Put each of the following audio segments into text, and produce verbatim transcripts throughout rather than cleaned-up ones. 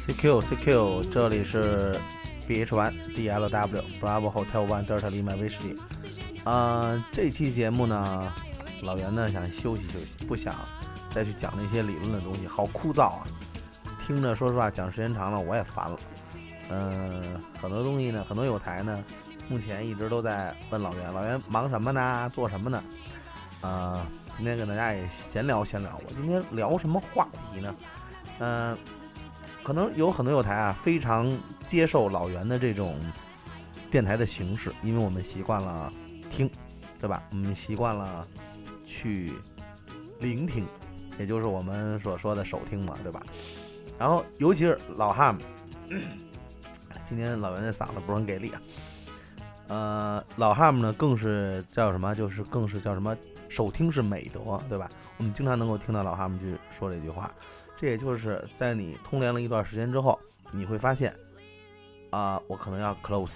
C Q C Q， 这里是 B H 一 D L W Bravo Hotel One Delta Lima Whiskey。呃，这期节目呢，老袁呢想休息休息，不想再去讲那些理论的东西，好枯燥啊！听着，说实话，讲时间长了我也烦了。嗯、呃，很多东西呢，很多有台呢，目前一直都在问老袁，老袁忙什么呢？做什么呢？呃，今天跟大家也闲聊闲聊，我今天聊什么话题呢？嗯、呃。可能有很多有台啊，非常接受老袁的这种电台的形式，因为我们习惯了听，对吧？我们习惯了去聆听，也就是我们所说的手听嘛，对吧？然后尤其是老汉姆，今天老袁的嗓子不是很给力啊。呃，老汉姆呢，更是叫什么？就是更是叫什么？手听是美德，对吧？我们经常能够听到老汉姆去说这句话。这也就是在你通联了一段时间之后，你会发现，啊、呃，我可能要 close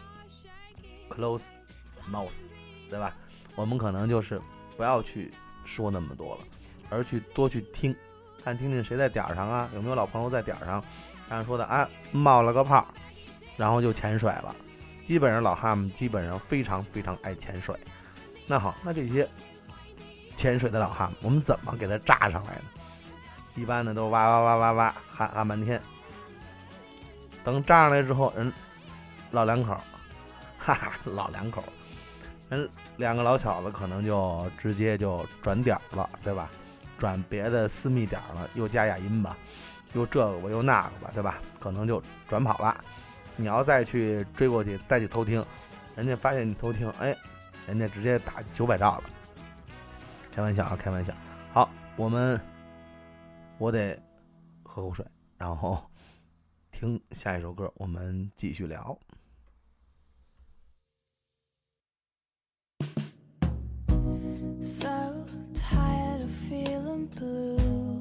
close mouth， 对吧？我们可能就是不要去说那么多了，而去多去听，看听听谁在点上啊，有没有老朋友在点上，然后说的啊冒了个泡，然后就潜水了。基本上老汉姆基本上非常非常爱潜水。那好，那这些潜水的老汉姆，我们怎么给他炸上来呢？一般的都哇哇哇哇哇喊喊半天，等炸上来之后，人老两口，哈哈，老两口，人两个老小子可能就直接就转点了，对吧？转别的私密点了，又加哑音吧，又这个吧，又那个吧，对吧？可能就转跑了。你要再去追过去，再去偷听，人家发现你偷听，哎，人家直接打九百兆了。开玩笑啊，开玩笑。好，我们。我得喝口水，然后听下一首歌，我们继续聊。So tired of feeling blue,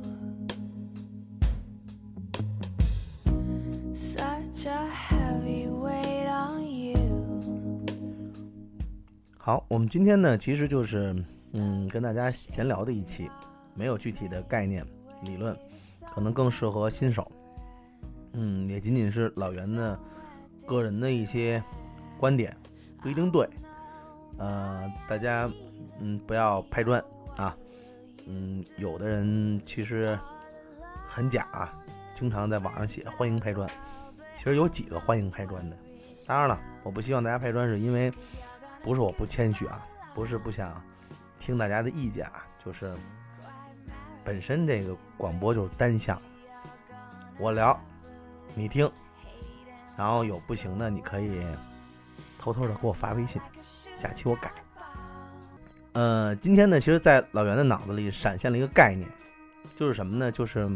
such a heavy weight on you. 好，我们今天呢，其实就是嗯，跟大家闲聊的一期，没有具体的概念。理论可能更适合新手，嗯，也仅仅是老袁的个人的一些观点，不一定对，呃，大家嗯不要拍砖啊，嗯，有的人其实很假啊，经常在网上写欢迎拍砖，其实有几个欢迎拍砖的，当然了，我不希望大家拍砖，是因为不是我不谦虚啊，不是不想听大家的意见啊，就是。本身这个广播就是单向，我聊，你听，然后有不行的你可以偷偷的给我发微信，下期我改。呃，今天呢，其实在老袁的脑子里闪现了一个概念，就是什么呢？就是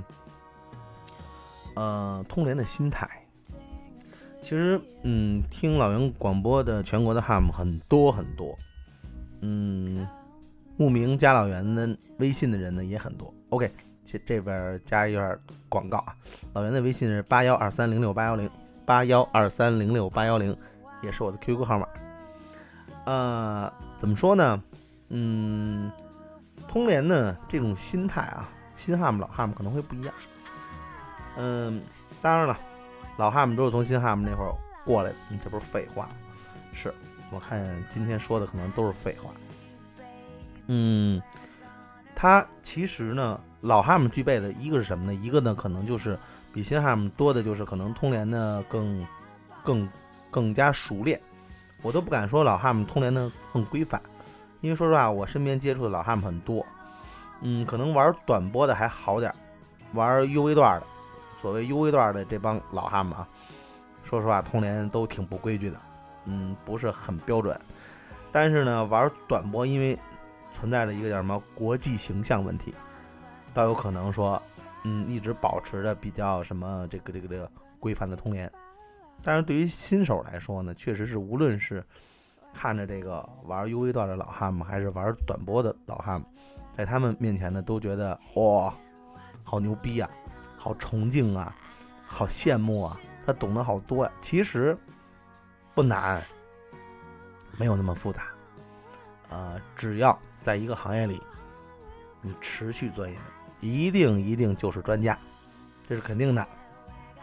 呃通联的心态。其实，嗯，听老袁广播的全国的哈姆很多很多，嗯。慕名加老袁的微信的人呢也很多 ，OK， 这这边加一段广告啊，老袁的微信是八幺二三零六八幺零，八幺二三零六八幺零，也是我的 Q Q 号码。呃，怎么说呢？嗯，通联呢这种心态啊，新哈姆老哈姆可能会不一样。嗯，当然了，老哈姆都是从新哈姆那会儿过来的，嗯，这不是废话，是我看今天说的可能都是废话。嗯，他其实呢，老哈姆具备的一个是什么呢？一个呢，可能就是比新哈姆多的，就是可能通联呢更、更、更加熟练。我都不敢说老哈姆通联呢更规范，因为说实话，我身边接触的老哈姆很多。嗯，可能玩短波的还好点，玩 U V 段的，所谓 U V 段的这帮老哈姆啊，说实话，通联都挺不规矩的，嗯，不是很标准。但是呢，玩短波，因为存在着一个叫什么国际形象问题，倒有可能说，嗯，一直保持着比较什么这个这个这个规范的通联。但是对于新手来说呢，确实是无论是看着这个玩 U V 段的老汉姆，还是玩短波的老汉姆，在他们面前呢，都觉得哇、哦，好牛逼啊，好崇敬啊，好羡慕啊，他懂得好多呀、啊。其实不难，没有那么复杂。呃，只要在一个行业里，你持续钻研，一定一定就是专家，这是肯定的。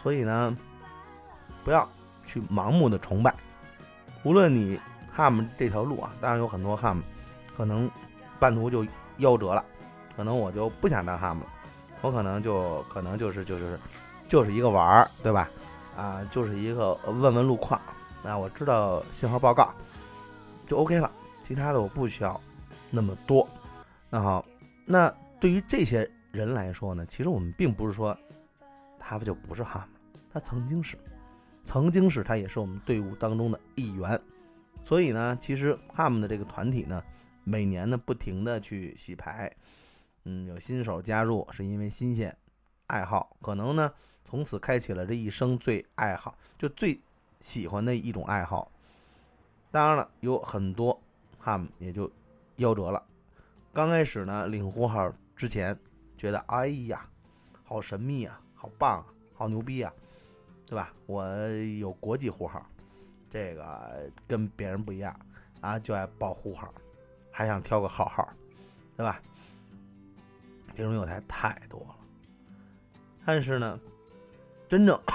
所以呢，不要去盲目的崇拜。无论你哈姆这条路啊，当然有很多哈姆可能半途就夭折了，可能我就不想当哈姆了，我可能就可能就是就是就是一个玩儿，对吧？啊，就是一个问问路况，啊，我知道信号报告就 OK 了，其他的我不需要那么多。那好，那对于这些人来说呢，其实我们并不是说他就不是哈姆，他曾经是，曾经是他也是我们队伍当中的一员。所以呢，其实哈姆的这个团体呢，每年呢不停的去洗牌，嗯，有新手加入是因为新鲜爱好，可能呢从此开启了这一生最爱好就最喜欢的一种爱好。当然了，有很多哈姆也就夭折了。刚开始呢领呼号之前觉得哎呀好神秘啊，好棒啊，好牛逼啊，对吧？我有国际呼号，这个跟别人不一样啊，就爱报呼号，还想挑个好号，对吧？这种有台太多了。但是呢，真正，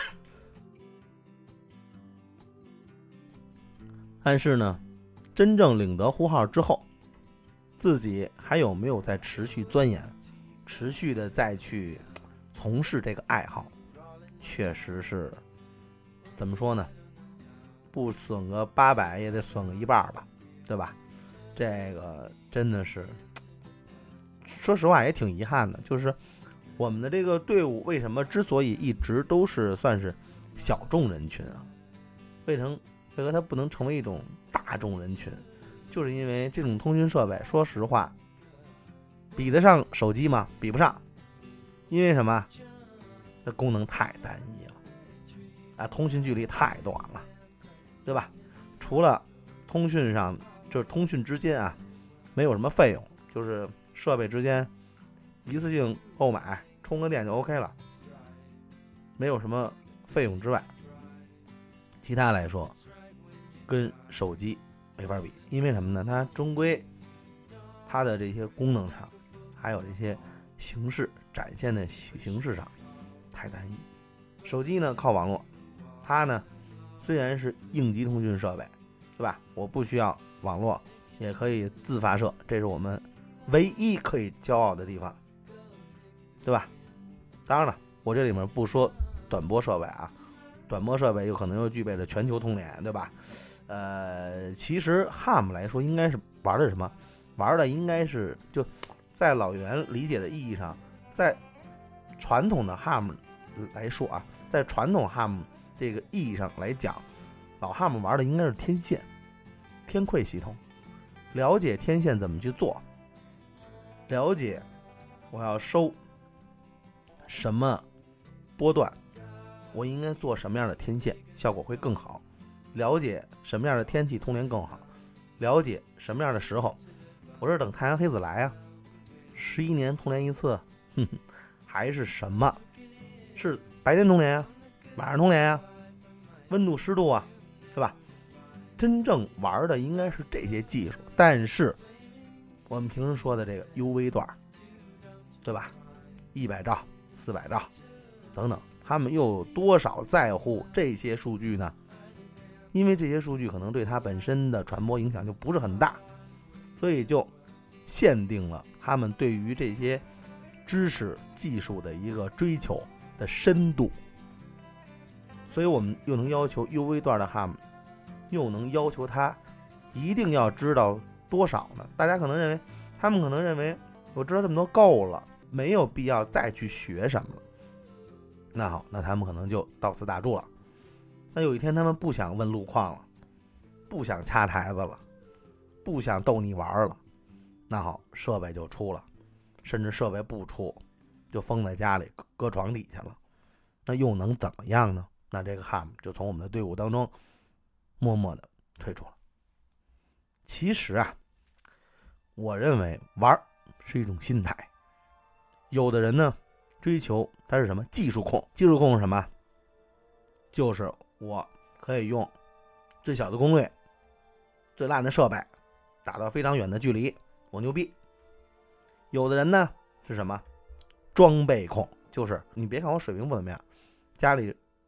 但是呢，真正领得呼号之后，自己还有没有在持续钻研，持续的再去从事这个爱好，确实是怎么说呢？不损个八百也得损个一半吧，对吧？这个真的是，说实话也挺遗憾的，就是我们的这个队伍为什么之所以一直都是算是小众人群啊？为什么为何它不能成为一种大众人群？就是因为这种通讯设备，说实话，比得上手机吗？比不上。因为什么？这功能太单一了，啊，通讯距离太短了，对吧？除了通讯上，就是通讯之间啊，没有什么费用，就是设备之间一次性购买，充个电就 OK 了，没有什么费用之外，其他来说跟手机没法比。因为什么呢？它终归它的这些功能上，还有这些形式展现的形式上太单一。手机呢靠网络，它呢虽然是应急通讯设备，对吧？我不需要网络也可以自发射，这是我们唯一可以骄傲的地方，对吧？当然了，我这里面不说短波设备啊，短波设备有可能又具备着全球通联，对吧？呃，其实哈姆来说应该是玩的什么？玩的应该是就在老袁理解的意义上，在传统的哈姆来说啊，在传统哈姆这个意义上来讲，老哈姆玩的应该是天线、天馈系统，了解天线怎么去做，了解我要收什么波段，我应该做什么样的天线效果会更好，了解什么样的天气通联更好，了解什么样的时候我是等太阳黑子来啊，十一年通联一次，哼哼，还是什么？是白天通联啊，晚上通联啊，温度湿度啊，对吧？真正玩的应该是这些技术，但是我们平时说的这个 U V 段，对吧？一百兆、四百兆等等，他们又有多少在乎这些数据呢？因为这些数据可能对它本身的传播影响就不是很大，所以就限定了他们对于这些知识技术的一个追求的深度。所以我们又能要求 U V 段的哈姆，又能要求他一定要知道多少呢？大家可能认为，他们可能认为我知道这么多够了，没有必要再去学什么了。那好，那他们可能就到此打住了。那有一天他们不想问路况了，不想掐台子了，不想逗你玩了，那好，设备就出了，甚至设备不出，就封在家里搁床底下了，那又能怎么样呢？那这个哈姆就从我们的队伍当中默默的退出了。其实啊，我认为玩是一种心态。有的人呢追求他是什么？技术控。技术控是什么？就是我可以用最小的功率、最烂的设备打到非常远的距离，我牛逼。有的人呢是什么？装备控，就是你别看我水平不怎么样，家里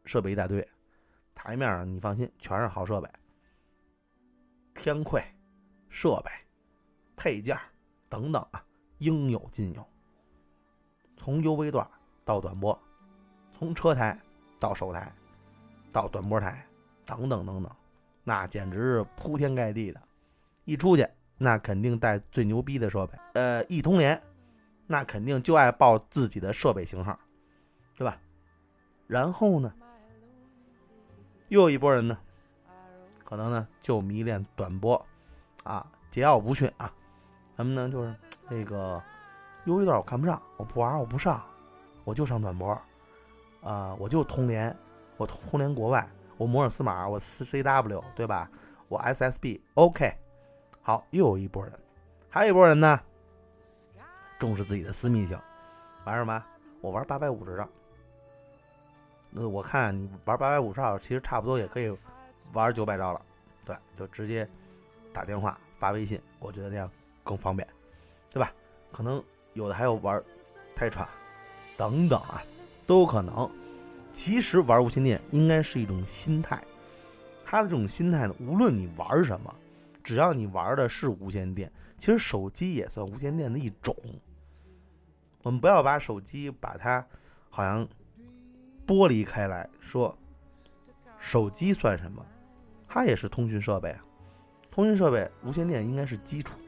设备一大堆，台面上你放心全是好设备，天馈、设备、配件等等啊，应有尽有。从 U V 段到短波，从车台到手台到短波台等等等等，那简直是铺天盖地的。一出去那肯定带最牛逼的设备，呃，一通联那肯定就爱报自己的设备型号，对吧？然后呢，又有一波人呢，可能呢就迷恋短波啊，桀骜不驯啊。咱们呢就是这个 U V 段我看不上，我不玩，我不上，我就上短波啊，我就通联，我通联国外，我摩尔斯码，我 C W 对吧？我 S S B OK。好，又有一波人，还有一波人呢，重视自己的私密性，玩什么？我玩八百五十兆。那我看你玩八百五十兆，其实差不多也可以玩九百兆了，对，就直接打电话发微信，我觉得那样更方便，对吧？可能有的还有玩泰传等等啊，都有可能。其实玩无线电应该是一种心态，他的这种心态呢，无论你玩什么，只要你玩的是无线电，其实手机也算无线电的一种。我们不要把手机把它好像剥离开来说，手机算什么？它也是通讯设备啊，通讯设备无线电应该是基础。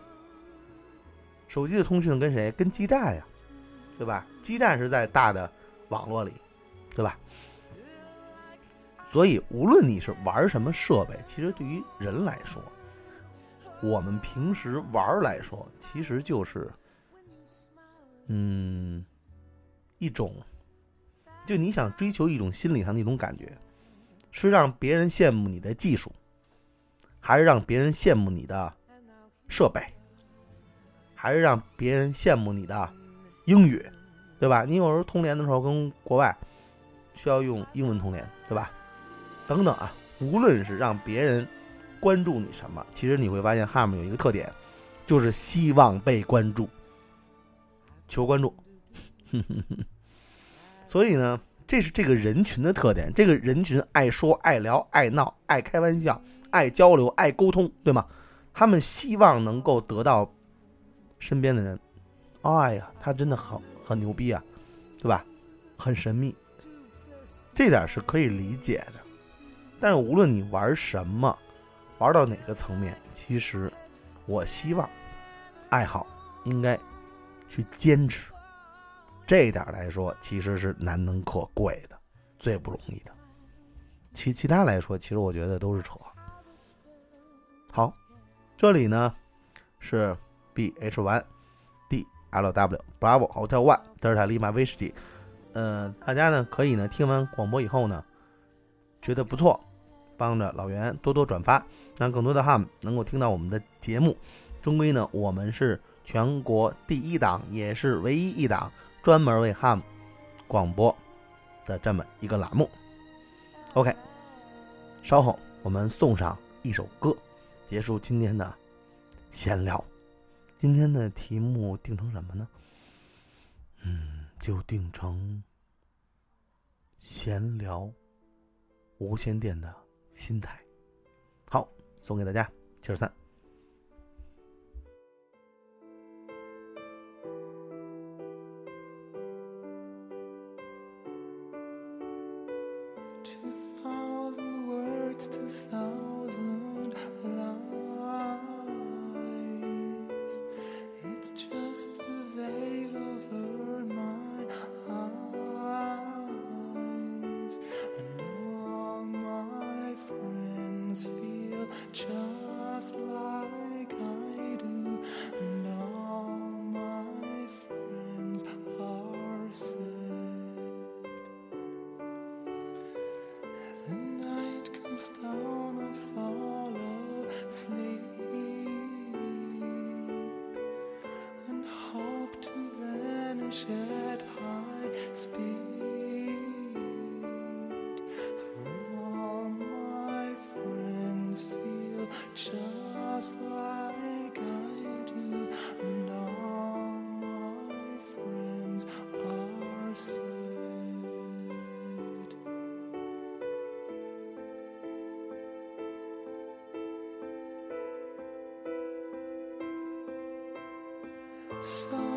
手机的通讯跟谁？跟基站呀，对吧？基站是在大的网络里，对吧？所以无论你是玩什么设备，其实对于人来说，我们平时玩来说，其实就是嗯一种，就你想追求一种心理上的一种感觉，是让别人羡慕你的技术，还是让别人羡慕你的设备，还是让别人羡慕你的英语，对吧？你有时候通联的时候跟国外需要用英文通联，对吧？等等啊，无论是让别人关注你什么，其实你会发现 H A M 有一个特点，就是希望被关注，求关注。所以呢，这是这个人群的特点。这个人群爱说、爱聊、爱闹、爱开玩笑、爱交流、爱沟通，对吗？他们希望能够得到身边的人，哎呀，他真的很很牛逼啊，对吧？很神秘，这点是可以理解的。但是无论你玩什么，玩到哪个层面，其实我希望爱好应该去坚持，这一点来说其实是难能可贵的，最不容易的。其其他来说，其实我觉得都是扯。好，这里呢是 B H 一 D L W Bravo Hotel One 德尔塔利马威士忌。呃，大家呢可以呢听完广播以后呢，觉得不错，帮着老袁多多转发，让更多的 H A M 能够听到我们的节目。终归呢，我们是全国第一档，也是唯一一档专门为 H A M 广播的这么一个栏目。OK， 稍后我们送上一首歌，结束今天的闲聊。今天的题目定成什么呢？嗯，就定成闲聊无线电的心态。好，送给大家，七二三。 Just like I do, and all my friends are sad. The night comes down, I fall asleep and hope to vanish at high speed. Just like I do, and all my friends are sad. So